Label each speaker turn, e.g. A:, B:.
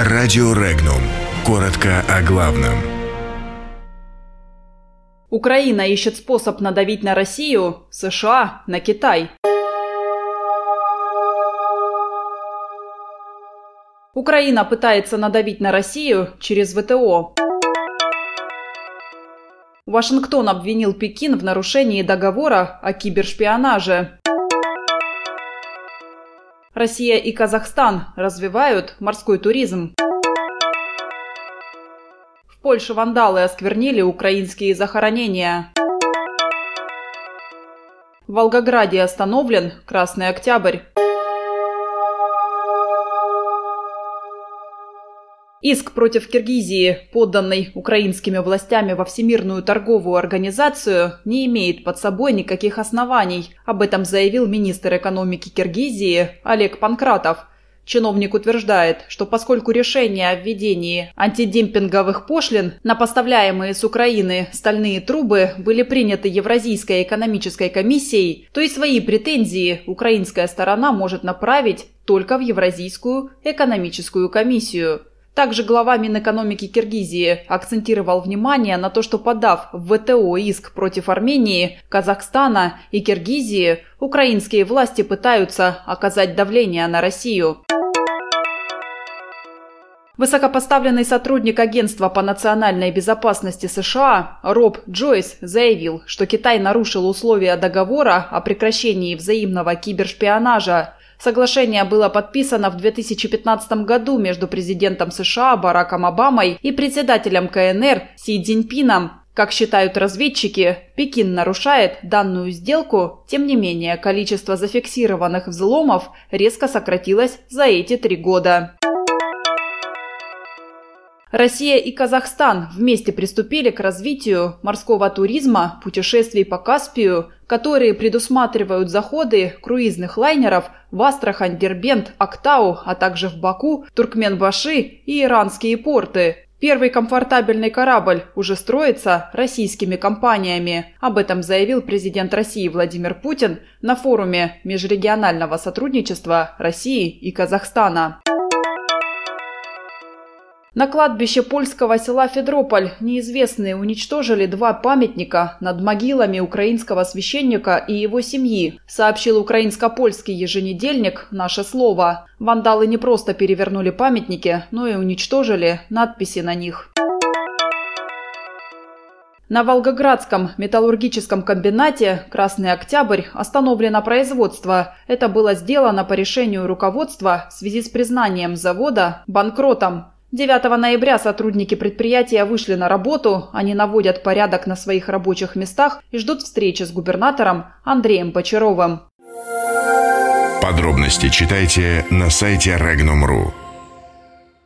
A: Радио Регнум. Коротко о главном.
B: Украина ищет способ надавить на Россию, США – на Китай. Украина пытается надавить на Россию через ВТО. Вашингтон обвинил Пекин в нарушении договора о кибершпионаже. Россия и Казахстан развивают морской туризм. В Польше вандалы осквернили украинские захоронения. В Волгограде остановлен Красный Октябрь. Иск против Киргизии, поданный украинскими властями во Всемирную торговую организацию, не имеет под собой никаких оснований. Об этом заявил министр экономики Киргизии Олег Панкратов. Чиновник утверждает, что поскольку решение о введении антидемпинговых пошлин на поставляемые с Украины стальные трубы были приняты Евразийской экономической комиссией, то и свои претензии украинская сторона может направить только в Евразийскую экономическую комиссию. Также глава Минэкономики Киргизии акцентировал внимание на то, что подав в ВТО иск против Армении, Казахстана и Киргизии, украинские власти пытаются оказать давление на Россию. Высокопоставленный сотрудник Агентства по национальной безопасности США Роб Джойс заявил, что Китай нарушил условия договора о прекращении взаимного кибершпионажа. Соглашение было подписано в 2015 году между президентом США Бараком Обамой и председателем КНР Си Цзиньпином. Как считают разведчики, Пекин нарушает данную сделку, тем не менее количество зафиксированных взломов резко сократилось за эти 3 года. Россия и Казахстан вместе приступили к развитию морского туризма, путешествий по Каспию, которые предусматривают заходы круизных лайнеров в Астрахань, Дербент, Актау, а также в Баку, Туркменбаши и иранские порты. Первый комфортабельный корабль уже строится российскими компаниями. Об этом заявил президент России Владимир Путин на форуме межрегионального сотрудничества России и Казахстана. На кладбище польского села Федрополь неизвестные уничтожили 2 памятника над могилами украинского священника и его семьи, сообщил украинско-польский еженедельник «Наше слово». Вандалы не просто перевернули памятники, но и уничтожили надписи на них. На Волгоградском металлургическом комбинате «Красный Октябрь» остановлено производство. Это было сделано по решению руководства в связи с признанием завода банкротом. 9 ноября сотрудники предприятия вышли на работу, они наводят порядок на своих рабочих местах и ждут встречи с губернатором Андреем Бочаровым.
A: Подробности читайте на сайте Regnum.ru.